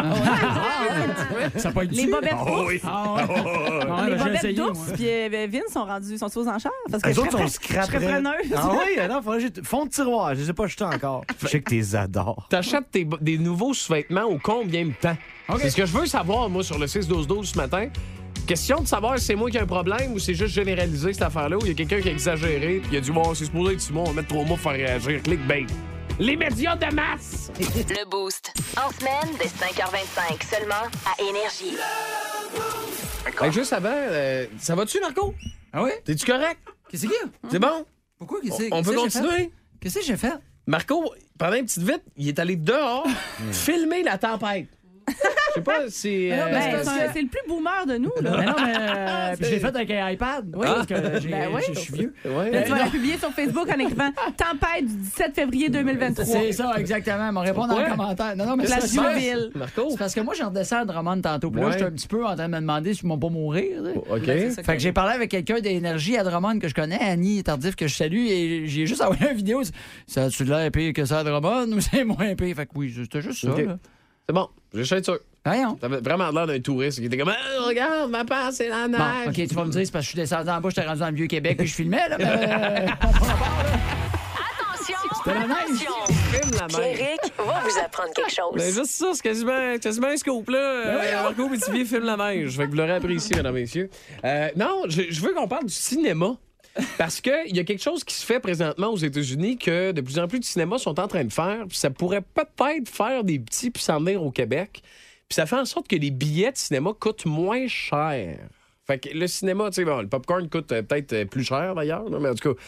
Ça peut être Les bobettes Ah douces. oui. Ah ouais. Ah ouais, Les ben, j'ai bobettes essayé, douces, moi. puis euh, Vince sont rendus, sont aux enchères. Parce que Les je autres serais sont pre- je serais scraperais. preneuse. Ah oui, non, faudrait que j'ai- fond de tiroir, je les ai pas jetés encore. Je sais que tu les adores. T'achètes tes bo- des nouveaux sous-vêtements au combien de temps? C'est ce que je veux savoir, moi, sur le six douze douze ce matin. Question de savoir si c'est moi qui ai un problème ou c'est juste généralisé, cette affaire-là, où il y a quelqu'un qui a exagéré puis il a dit, bon, c'est supposé être six mois, on va mettre trois mois pour faire réagir. Clickbait. Les médias de masse! Le Boost. En semaine, dès cinq heures vingt-cinq, seulement à Énergie. Hey, juste avant, euh, ça va-tu, Marco? Ah oui? T'es-tu correct? Qu'est-ce qu'il y a? C'est bon? Pourquoi? Qu'est-ce On qu'est-ce peut que j'ai fait? continuer? Qu'est-ce que j'ai fait? Marco, pendant une petite vite, il est allé dehors filmer la tempête. Je sais pas si... Ah non, euh, mais Ben, parce c'est que- c'est le plus boomer de nous, Mais là. non, mais euh, puis je l'ai fait avec un iPad. Oui, parce que j'ai- Ben oui. je suis vieux. Ouais. Là, tu vas la publier sur Facebook en écrivant Tempête du dix-sept février deux mille vingt-trois. C'est ça, exactement. Ils m'ont répondu dans Ouais. les commentaires. Non, non, mais Place c'est ça. Juville. Marco? C'est parce que moi, je redescends à Drummond tantôt. Puis là, Ouais. j'étais un petit peu en train de me demander si ils vont pas mourir. tu sais. OK. Fait que j'ai parlé avec quelqu'un d'énergie à Drummond que je connais, Annie Tardif, que je salue, et j'ai juste envoyé une vidéo. Ça a-tu l'air pire que ça à Drummond ou c'est moins pire? Fait que oui, c'était juste ça. OK. là. C'est bon, j'ai fait sûr. Voyons. T'avais vraiment l'air d'un touriste qui était comme ah, regarde, ma part, c'est la neige. Bon, OK, tu vas me dire, c'est parce que je suis descendu en bas, j'étais rendu dans le Vieux-Québec, puis je filmais, là. Mais... Attention! C'était la neige. Filme la neige. Pierrick va vous apprendre quelque chose. Mais juste ça, c'est quasiment, quasiment un scoop, là. Ben Euh, Marco Métivier filme la neige. Fait que vous l'aurez apprécié, mesdames et messieurs. Euh, non, je, je veux qu'on parle du cinéma. Parce qu'il y a quelque chose qui se fait présentement aux États-Unis que de plus en plus de cinémas sont en train de faire. Puis ça pourrait peut-être faire des petits puis s'en venir au Québec. Puis ça fait en sorte que les billets de cinéma coûtent moins cher. Fait que le cinéma, tu sais, bon, le popcorn coûte euh, peut-être euh, plus cher d'ailleurs, là, mais en tout cas,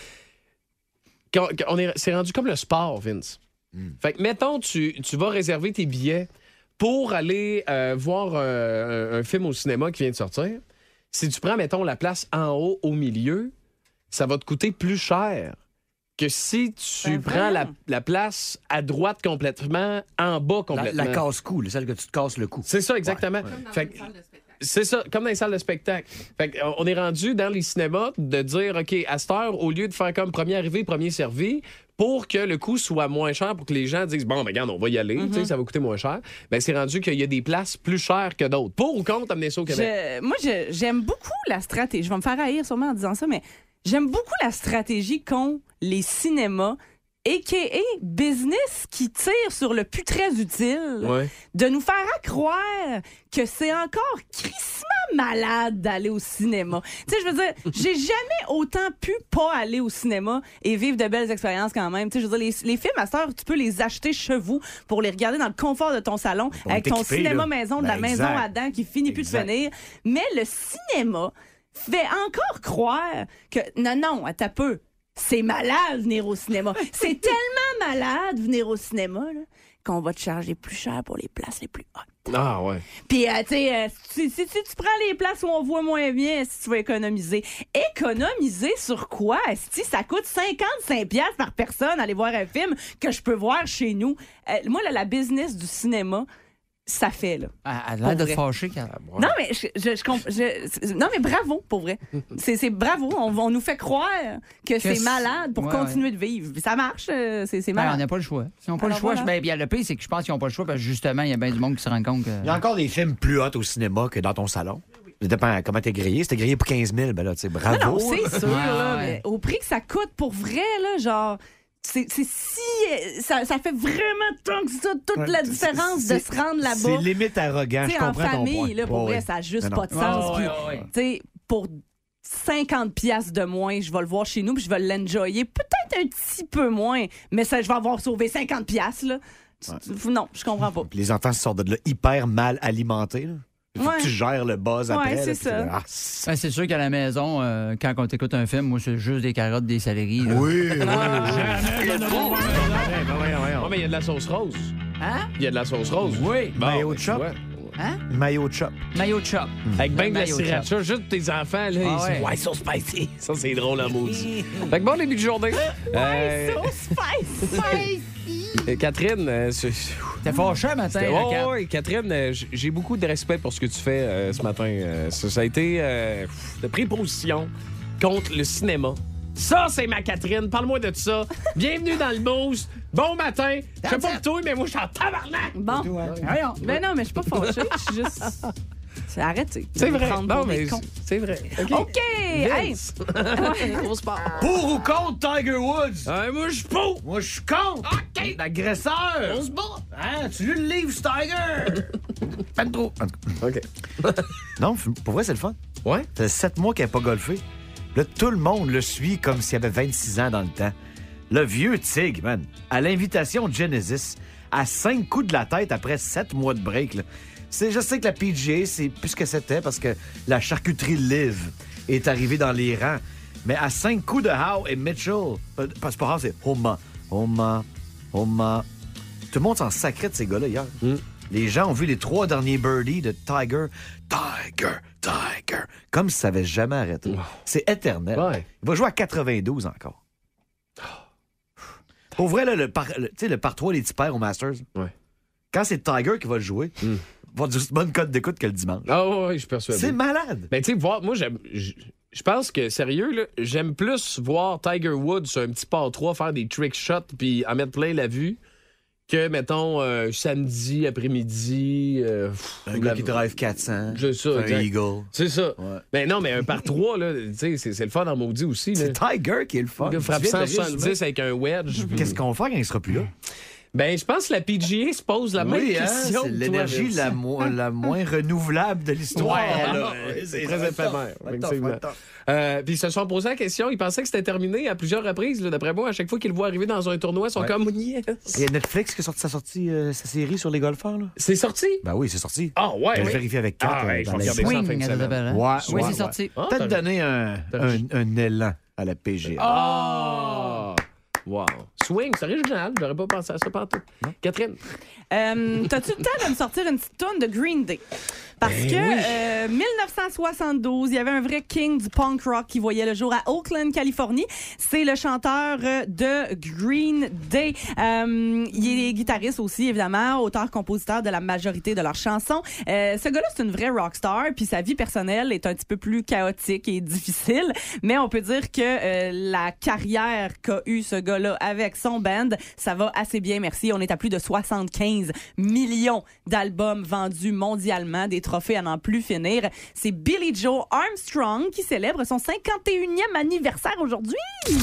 quand, quand on est, c'est rendu comme le sport, Vince. Mm. Fait que, mettons, tu, tu vas réserver tes billets pour aller euh, voir euh, un, un film au cinéma qui vient de sortir. Si tu prends, mettons, la place en haut, au milieu, ça va te coûter plus cher que si tu Ben prends la, voyons. la place à droite complètement, en bas La, complètement. la casse-cou, là, celle que tu te casses le cou. C'est ça, exactement. Fait que- c'est ça, comme dans les salles de spectacle. Fait que, on est rendu dans les cinémas de dire, OK, à cette heure, au lieu de faire comme premier arrivé, premier servi, pour que le coût soit moins cher, pour que les gens disent, bon, ben, regarde, on va y aller, tu sais, ça va coûter moins cher, ben, c'est rendu qu'il y a des places plus chères que d'autres. Pour ou contre amener ça au Québec? Je- moi, je- j'aime beaucoup la stratégie. Je vais me faire haïr sûrement en disant ça, mais j'aime beaucoup la stratégie qu'ont les cinémas, a k a business qui tire sur le plus très utile, Ouais. de nous faire à croire que c'est encore crissement malade d'aller au cinéma. Tu sais, je veux dire, j'ai jamais autant pu pas aller au cinéma et vivre de belles expériences quand même. Tu sais, je veux dire, les, les films à cette heure, tu peux les acheter chez vous pour les regarder dans le confort de ton salon, Pour avec ton t'équiper, cinéma là. maison, de la Ben, maison exact. à dents qui finit plus de Exact. finir. Mais le cinéma fait encore croire que non, non, attends peu. C'est malade venir au cinéma. C'est tellement malade venir au cinéma là, qu'on va te charger plus cher pour les places les plus hautes. Ah, ouais. Puis, euh, tu sais, euh, si, si- si tu prends les places où on voit moins bien, si tu vas économiser. Économiser sur quoi? Si ça coûte cinquante-cinq dollars par personne aller voir un film que je peux voir chez nous. Euh, moi, là, la business du cinéma, ça fait, là. Elle a Pour l'air de te vrai. fâcher quand Non, mais je, je, je comp- je- c'est- non, mais bravo, pour vrai. C'est, c'est bravo. On, on nous fait croire que, c'est c'est- malade pour Ouais, continuer de vivre. Ça marche, euh, c'est, c'est Ben, on malade. n'a pas le choix. S'ils n'ont pas Alors le choix, voilà. je- ben, bien, le pire, c'est que je pense qu'ils n'ont pas le choix parce que justement, il y a bien du monde qui se rend compte que. Il y a encore des films plus hauts au cinéma que dans ton salon. Ça dépend comment t'es grillé. Si t'es grillé pour quinze mille, ben là, tu sais, bravo. Non, non, c'est sûr, Ouais, là, ouais. mais au prix que ça coûte pour vrai, là, genre. C'est, c'est si. euh, Ça, ça fait vraiment tant que ça, toute Ouais, la c'est- différence de c'est- se rendre là-bas. C'est limite arrogant, Tu je sais, en comprends ton point. famille, là, pour Ouais, vrai, ouais. ça n'a juste Mais non. pas de sens. Ah, Puis, ouais, ouais. tu sais, pour cinquante piastres de moins, je vais le voir chez nous, puis je vais l'enjoyer. Peut-être un petit peu moins, mais ça, je vais avoir sauvé cinquante piastres, là. Tu- Non, je comprends pas. Puis les enfants sortent de là hyper mal alimentés. Là. Il faut Ouais. que tu gères le buzz Ouais, après. c'est là, puis ça. tu- ah, c'est- Ben, c'est sûr qu'à la maison, euh, quand on t'écoute un film, moi, c'est juste des carottes, des céleris. là. Oui, oui, Ouais, mais il y a de la sauce rose. Hein? Il y a de la sauce rose. Oui. Bon, Mayo ben, tu chop. vois. Hein? Mayo chop. Mayo chop. Avec ben de la Mayo sriracha, juste tes enfants, là, ils Ah disent ouais. ouais, so spicy. Ça, c'est drôle en maudit. Fait que bon début de journée. Euh, So spicy! euh, Catherine, euh, c'est- T'es fâché matin, C'était- hein, Oh, Kat? ouais, Catherine, euh, j- j'ai beaucoup de respect pour ce que tu fais euh, ce matin. Euh, ça, ça a été euh, pff, de pris position contre le cinéma. Ça, c'est ma Catherine. Parle-moi de ça. Bienvenue dans le boost. Bon matin. Je sais pas pour toi, mais moi, je suis en tabarnak. Bon. Voyons. Ben non, mais je suis pas fâchée. Je suis juste. C'est arrêté. C'est vrai. Prendre Non, pour des mais cons. c'est vrai. OK! Hey! Vince. Gros sport. Pour ou contre Tiger Woods? Euh, moi, je suis pour. Moi, je suis contre. OK. L'agresseur. On se bat. Hein? Tu lis le livre, ce Tiger? Pas de trop. En tout cas. OK. Non, pour vrai, c'est le fun. Ouais? Ça fait sept mois qu'il n'a pas golfé. Là, tout le monde le suit comme s'il avait vingt-six ans dans le temps. Le vieux tigre, man, à l'invitation de Genesis, à cinq coups de la tête après sept mois de break. Là. C'est, je sais que la P G A, c'est plus ce que c'était parce que la charcuterie Live est arrivée dans les rangs. Mais à cinq coups de Howe et Mitchell, euh, parce que pas Howe, c'est Homa, Homa, Homa. Tout le monde s'en sacrait de ces gars-là hier. Mm. Les gens ont vu les trois derniers birdies de Tiger. Tiger, Tiger. Comme si ça n'avait jamais arrêté. C'est éternel. Ouais. Il va jouer à quatre-vingt-douze encore. Pour vrai, là, le par, le, tu sais, le par trois des tipeurs au Masters, Ouais. quand c'est Tiger qui va le jouer, Mm. il va avoir du bonne cote d'écoute que le dimanche. Ah ouais, ouais, je suis persuadé. C'est malade. Ben, tu sais, voir, moi, j'aime. j- Je pense que, sérieux, là, j'aime plus voir Tiger Woods sur un petit par trois faire des trick shots puis en mettre plein la vue que, mettons, euh, samedi après-midi... Euh, un gars la... qui drive quatre cents. C'est ça, un exact. Eagle. C'est ça. Ouais. Mais non, mais un par trois, là, tu sais, c'est, c'est le fun en maudit aussi. Là. C'est Tiger qui est le fun. Il frappe cent soixante-dix avec un wedge. Qu'est-ce qu'on va faire quand il sera plus là? Ben, je pense que la P G A se pose la même oui, question. Hein, c'est l'énergie la, mo- la moins renouvelable de l'histoire. Ouais, là, c'est, c'est très éphémère, effectivement. Euh, puis ils se sont posé la question, ils pensaient que c'était terminé à plusieurs reprises. Là, d'après moi, à chaque fois qu'ils le voient arriver dans un tournoi, ils sont ouais. comme yes. Il y a Netflix qui a sorti sa, sortie, euh, sa série sur les golfeurs. Là. C'est sorti? Ben oui, c'est sorti. Ah ouais. Je oui. vérifie avec Kat. Ah, euh, ouais, dans je les Swing, elle ouais, oui, ouais, c'est ouais. sorti. Ah, peut-être donner un, un, un élan à la P G A. Ah! Wow. Swing, c'est original. J'aurais pas pensé à ça partout. Non? Catherine? Euh, t'as-tu le temps de me sortir une petite toune de Green Day? Parce ben que oui. euh, dix-neuf cent soixante-douze, il y avait un vrai king du punk rock qui voyait le jour à Oakland, Californie. C'est le chanteur de Green Day. Euh, il est guitariste aussi, évidemment, auteur-compositeur de la majorité de leurs chansons. Euh, ce gars-là, c'est une vraie rockstar, puis sa vie personnelle est un petit peu plus chaotique et difficile, mais on peut dire que euh, la carrière qu'a eu ce gars-là avec son band, ça va assez bien, merci. On est à plus de soixante-quinze millions d'albums vendus mondialement, des trophées à n'en plus finir. C'est Billie Joe Armstrong qui célèbre son cinquante et unième anniversaire aujourd'hui. Quel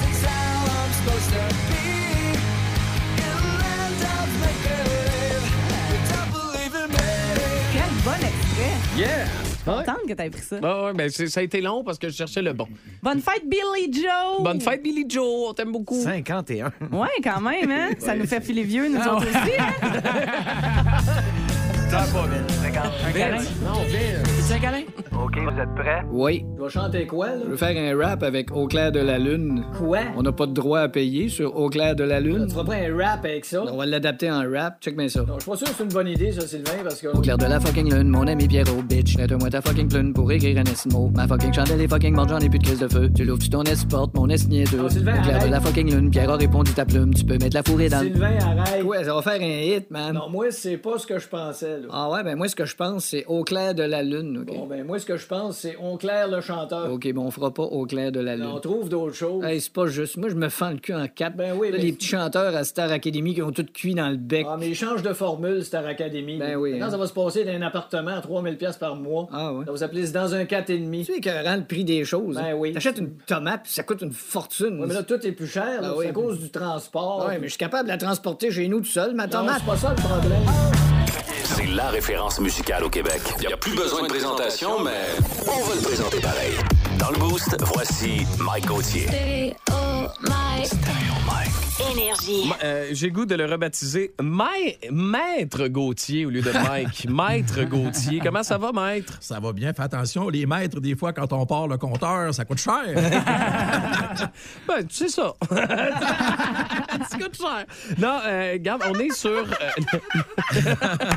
bon extrait! Yeah! Je suis contente que tu aies pris ça. Ah ouais, ben c'est, ça a été long parce que je cherchais le bon. Bonne fête, Billie Joe! Bonne fête, Billie Joe! On t'aime beaucoup. cinquante et un. Ouais, quand même, hein? Ça nous fait filer vieux, nous ah, autres ouais. aussi, hein? Ça va pas, Vince. Regarde. Un câlin? Non, Vince. C'est un câlin? OK, vous êtes prêts? Oui. Tu vas chanter quoi, là? Je veux faire un rap avec Au clair de la lune. Quoi? On n'a pas de droit à payer sur Au clair de la lune. Là, tu vas prendre un rap avec ça? On va l'adapter en rap. Check bien ça. Non, je suis pas sûr que c'est une bonne idée, ça, Sylvain, parce que... Au clair de la fucking lune, mon ami Pierrot, bitch. Mets-moi ta fucking plume pour écrire un esmo. Ma fucking chandelle est fucking morte, j'en ai plus de crise de feu. Tu l'ouvres, ton porte mon est niaiseux. Au clair de la fucking lune, Pierrot répondit ta plume. Tu peux mettre la fourrée dans... Sylvain, arrête. Ouais, ça va faire un hit, man. Non, moi, c'est pas ce que je pensais, là. Ah ouais, ben moi, ce que je pense, c'est Au clair de la lune, OK? Bon, ben moi, ce que je pense, c'est On clair le chanteur. OK, bon, on fera pas Au clair de la lune. On trouve d'autres choses. Hey, c'est pas juste. Moi, je me fends le cul en quatre. Ben oui, là, mais... les petits chanteurs à Star Academy qui ont tout cuit dans le bec. Ah, mais ils changent de formule, Star Academy. Ben oui. Maintenant, hein. Ça va se passer dans un appartement à trois mille dollars par mois. Ah ouais. Ça va s'appeler dans un quatre et demi. Tu sais écœurant le prix des choses. Ben oui. T'achètes une tomate, puis ça coûte une fortune. Ouais, mais là, tout est plus cher. Là, ben oui. C'est à cause du transport. Ouais, mais je suis capable de la transporter chez nous tout seul, ma tomate. Non, c'est pas ça le problème. C'est la référence musicale au Québec. Il n'y a plus besoin de présentation, mais on va le présenter pareil. Dans le Boost, voici Mike Gauthier. Stéréo Mike. Stéréo Mike. Énergie. Euh, j'ai le goût de le rebaptiser Ma- Maître Gauthier au lieu de Mike. Maître Gauthier. Comment ça va, Maître? Ça va bien. Fais attention, les maîtres, des fois, quand on part le compteur, ça coûte cher. Ben, tu sais ça. Ça coûte cher. Non, euh, regarde, on est sur euh,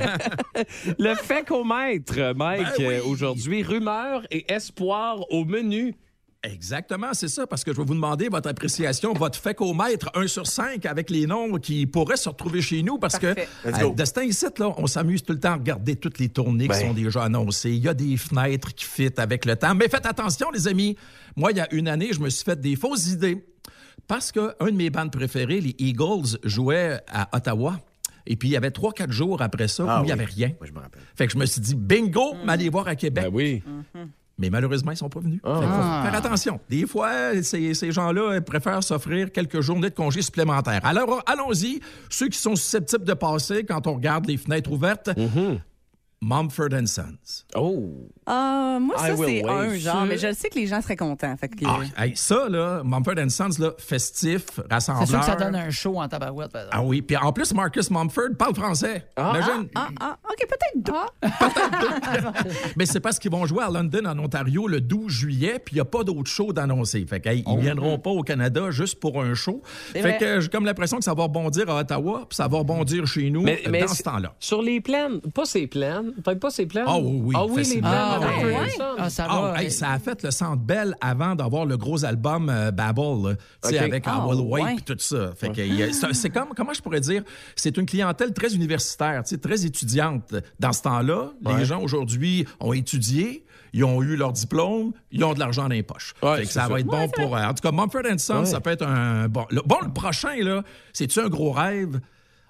le fécomètre, Mike, ben oui. euh, aujourd'hui. Rumeurs et espoirs au menu. Exactement, c'est ça, parce que je vais vous demander votre appréciation, votre fécomètre un sur cinq avec les nombres qui pourraient se retrouver chez nous, parce Parfait. que euh, de ce temps ici, là, on s'amuse tout le temps à regarder toutes les tournées ben. qui sont déjà annoncées. Il y a des fenêtres qui fitent avec le temps. Mais faites attention, les amis. Moi, il y a une année, je me suis fait des fausses idées parce qu'un de mes bandes préférées, les Eagles, jouait à Ottawa. Et puis, il y avait trois, quatre jours après ça ah, où il n'y oui. avait rien. Oui, je me rappelle. Fait que je me suis dit, bingo, mm. m'aller voir à Québec. Ben oui. Mm-hmm. Mais malheureusement, ils ne sont pas venus. Oh. Fait qu'il faut faire attention. Des fois, ces, ces gens-là préfèrent s'offrir quelques journées de congés supplémentaires. Alors, allons-y. Ceux qui sont susceptibles de passer quand on regarde les fenêtres ouvertes, mm-hmm. Mumford and Sons. Oh! Uh, moi, ça, c'est un wait. genre, mais je sais que les gens seraient contents. Fait que... ah, hey, ça, là, Mumford and Sons, là, festif, rassembleur. C'est sûr que ça donne un show en tabarouette. Ah oui, puis en plus, Marcus Mumford parle français. Ah, Imagine... ah, ah, ah, OK, peut-être deux. Ah. Peut-être deux. Mais c'est parce qu'ils vont jouer à London, en Ontario, le douze juillet, puis il n'y a pas d'autre show d'annoncer. Fait qu'ils oh. ne viendront pas au Canada juste pour un show. C'est fait vrai. Que j'ai comme l'impression que ça va rebondir à Ottawa, puis ça va rebondir chez nous mais, mais dans ce temps-là. Sur les plaines, pas ces plaines, peut-être pas ces plaines. Ah oui, oui. Ah oui, les plaines. Ah, ouais. Ouais. Ah, ça va. Ah, hey, ça a fait le Centre Bell avant d'avoir le gros album euh, Babel, tu sais, okay. avec oh, Will Wade et ouais. tout ça. Fait que, y a, c'est, c'est comme, comment je pourrais dire, c'est une clientèle très universitaire, tu sais, très étudiante. Dans ce temps-là, ouais. les gens aujourd'hui ont étudié, ils ont eu leur diplôme, ils ont de l'argent dans les poches. Ouais, fait que ça, ça va être bon ouais, pour... Euh, en tout cas, Mumford and Sons, ouais. ça peut être un... Bon le, bon, le prochain, là, c'est-tu un gros rêve?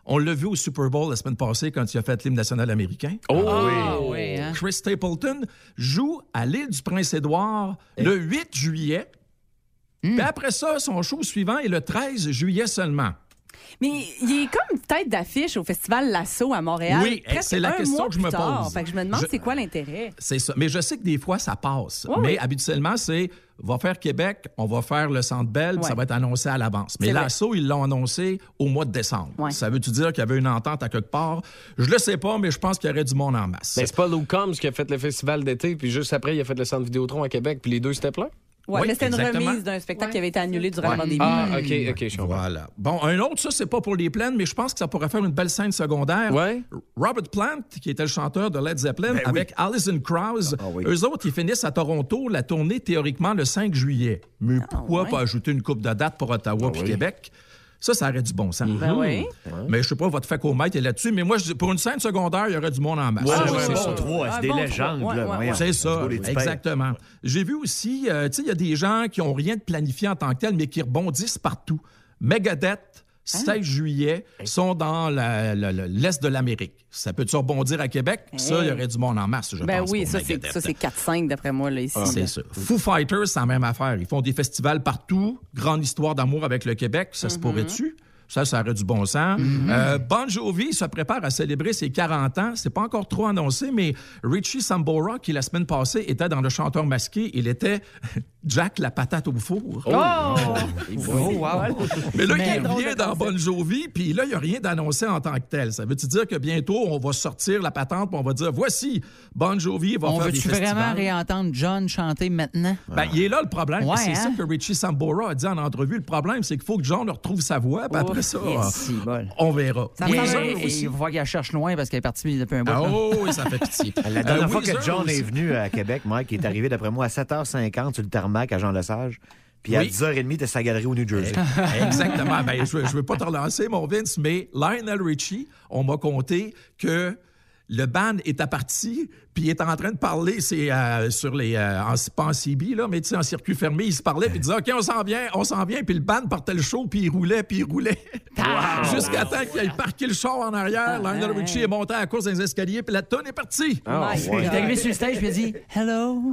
On l'a vu au Super Bowl la semaine passée quand il a fait l'hymne national américain. Oh, Ah, oui, hein? Chris Stapleton joue à l'île du Prince-Édouard le huit juillet. Puis après ça, son show suivant est le treize juillet seulement. Mais il est comme tête d'affiche au festival L'Assaut à Montréal. Oui, presque c'est la un question mois que je me plus tard. pose. Fait que je me demande Je- c'est quoi l'intérêt. C'est ça. Mais je sais que des fois, ça passe. Oui, Mais oui. habituellement, c'est va faire Québec, on va faire le Centre Bell, puis Ouais. ça va être annoncé à l'avance. Mais C'est vrai. l'assaut, ils l'ont annoncé au mois de décembre. Ouais. Ça veut-tu dire qu'il y avait une entente à quelque part? Je le sais pas, mais je pense qu'il y aurait du monde en masse. Ben, c'est pas Lou Combs qui a fait le festival d'été, puis juste après, il a fait le Centre Vidéotron à Québec, puis les deux, c'était plein? Ouais, Oui, mais c'était une exactement. remise d'un spectacle qui avait été annulé durant la pandémie. Ah, OK, OK, je comprends. Voilà. Bon, un autre, ça, c'est pas pour les plaines, mais je pense que ça pourrait faire une belle scène secondaire. Ouais. Robert Plant, qui était le chanteur de Led Zeppelin, Ben oui. avec Alison Krauss, Ah oui. eux autres, ils finissent à Toronto la tournée théoriquement le cinq juillet. Mais pourquoi ouais. pas ajouter une coupe de date pour Ottawa puis Québec? Ça, ça aurait du bon sens. Ben oui. Mais je sais pas, votre facomètre est là-dessus, mais moi, je dis, pour une scène secondaire, il y aurait du monde en masse. Ouais, Ça, ouais, c'est bon sûr. trois, c'est Ah, des bon légendes, trois, là. ouais, ouais, voyons. C'est ça, Les petits pères. exactement. J'ai vu aussi, euh, tu sais, il y a des gens qui ont rien de planifié en tant que tel, mais qui rebondissent partout. Megadeth, seize juillet, sont dans la- la- la- l'Est de l'Amérique. Ça peut-tu rebondir à Québec? Ça, il y aurait du monde en masse, je Ben pense. oui, pour ça c'est, Megadeth. ça, c'est quatre cinq d'après moi, là, ici. Ah, c'est là. ça. Foo Fighters, c'est la même affaire. Ils font des festivals partout. Grande histoire d'amour avec le Québec. Ça se pourrait-tu? Ça, ça aurait du bon sens. Euh, Bon Jovi se prépare à célébrer ses quarante ans. C'est pas encore trop annoncé, mais Richie Sambora, qui la semaine passée était dans Le Chanteur masqué, il était Jack la patate au four. Oh! Oh, wow. Mais là, Mais- il revient dans Bon Jovi, puis là, il n'y a rien d'annoncé en tant que tel. Ça veut-tu dire que bientôt, on va sortir la patente, puis on va dire, voici, Bon Jovi va On faire des veut-tu festivals. vraiment réentendre John chanter maintenant? Ben, il est là le problème. Ouais, c'est hein? ça que Richie Sambora a dit en entrevue. Le problème, c'est qu'il faut que John retrouve sa voix, puis après ça, Yes, si, bol. on verra. Ça me Et- semble et- aussi. il va falloir qu'elle cherche loin parce qu'elle est partie depuis un bout. Ah, là. oh, oui, ça fait pitié. La dernière Euh, fois que Weezer John aussi. est venu à Québec, Mike, il est arrivé, d'après moi, à sept heures cinquante sur le tarmac à Jean-Lesage. Puis à Oui. dix heures trente, il était à sa galerie au New Jersey. Exactement. Ben, je ne veux pas te relancer, mon Vince, mais Lionel Richie, on m'a conté que le band est à partie, puis il est en train de parler c'est, euh, sur les... Euh, en, pas en C B, là, mais tu sais, en circuit fermé, il se parlait, puis il disait « OK, on s'en vient, on s'en vient », puis le band partait le show, puis il roulait, puis il roulait. Jusqu'à temps qu'il ait parqué le char en arrière, Lionel Richie est monté à la course dans les escaliers, puis la tonne est partie. Ah, My ouais. Il est arrivé sur le stage et il a dit Hello.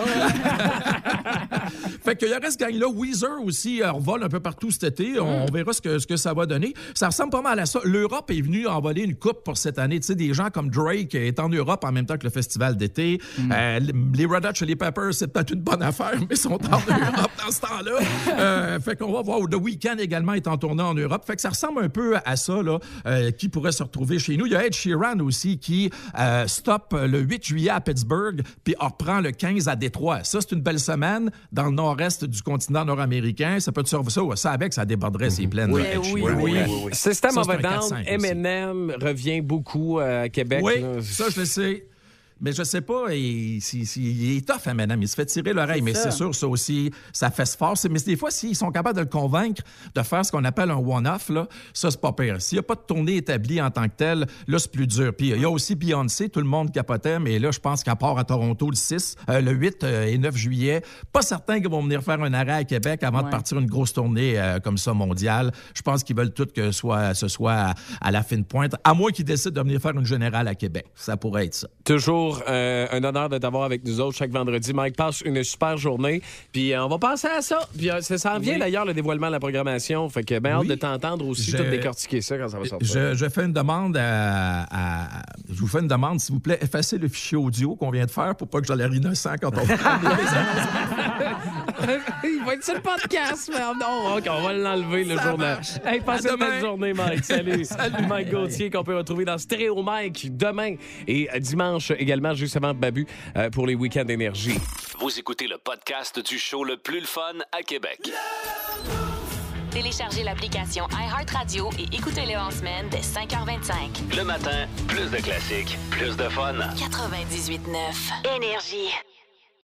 Fait qu'il y aurait ce gang-là. Weezer aussi euh, revole un peu partout cet été. On, on verra ce que, ce que ça va donner. Ça ressemble pas mal à ça. L'Europe est venue envoler une coupe pour cette année. Tu sais, des gens comme Drake est en Europe en même temps que le festival d'été. Euh, les Red Hot Chili Peppers, c'est peut-être une bonne affaire, mais ils sont en Europe dans ce temps-là. Euh, fait qu'on va voir. The Weeknd également est en tournée en Europe. Fait que ça ressemble un peu à ça, là, euh, qui pourrait se retrouver chez nous. Il y a Ed Sheeran aussi qui euh, stoppe le huit juillet à Pittsburgh puis reprend le quinze à Détroit. Ça, c'est une belle semaine dans le nord-est du continent nord-américain. Ça peut te servir ça. Ouais, ça avec, ça déborderait ses plaines. Oui, là, Ed oui, Sheeran. oui. System Ça, of c'est a un quatre Down, cinq aussi. Eminem revient beaucoup euh, à Québec. Oui, là. ça, je le sais. Mais je sais pas, il, si- si- il est tough, Eminem. Il se fait tirer l'oreille. Mais ça. c'est sûr, ça aussi, ça fait force. Mais des fois, s'ils sont capables de le convaincre de faire ce qu'on appelle un one-off, là, ça, c'est pas pire. S'il n'y a pas de tournée établie en tant que telle, là, c'est plus dur. Puis il y a aussi Beyoncé, tout le monde capotait, mais là, je pense qu'à part à Toronto le six, euh, le huit euh, et neuf juillet, pas certains qu'ils vont venir faire un arrêt à Québec avant Ouais. de partir une grosse tournée euh, comme ça mondiale. Je pense qu'ils veulent tout que soit, ce soit à, à la fine pointe, à moins qu'ils décident de venir faire une générale à Québec. Ça pourrait être ça. Toujours euh, un honneur de t'avoir avec nous autres chaque vendredi. Mike, passe une super journée. Puis euh, on va passer à ça. Puis euh, ça s'en vient Oui. d'ailleurs, le dévoilement de la programmation. Fait que bien hâte Oui. de t'entendre aussi, Je- tout décortiquer ça quand ça va sortir. Je, je fais une demande à, à- Je vous fais une demande, s'il vous plaît, effacez le fichier audio qu'on vient de faire pour pas que j'ai l'air innocent quand on parle Il va être sur le podcast, mais non, OK, on va l'enlever le Ça journal. marche. Hey, passez À une belle demain. journée, Mike. Salut. Salut. Mike Gauthier, qu'on peut retrouver dans Stéréo Mike demain et dimanche également, juste avant Babu, euh, pour les week-ends d'énergie. Vous écoutez le podcast du show le plus le fun à Québec. Téléchargez l'application iHeartRadio et écoutez-le en semaine dès cinq heures vingt-cinq. Le matin, plus de classiques, plus de fun. quatre-vingt-dix-huit neuf Énergie.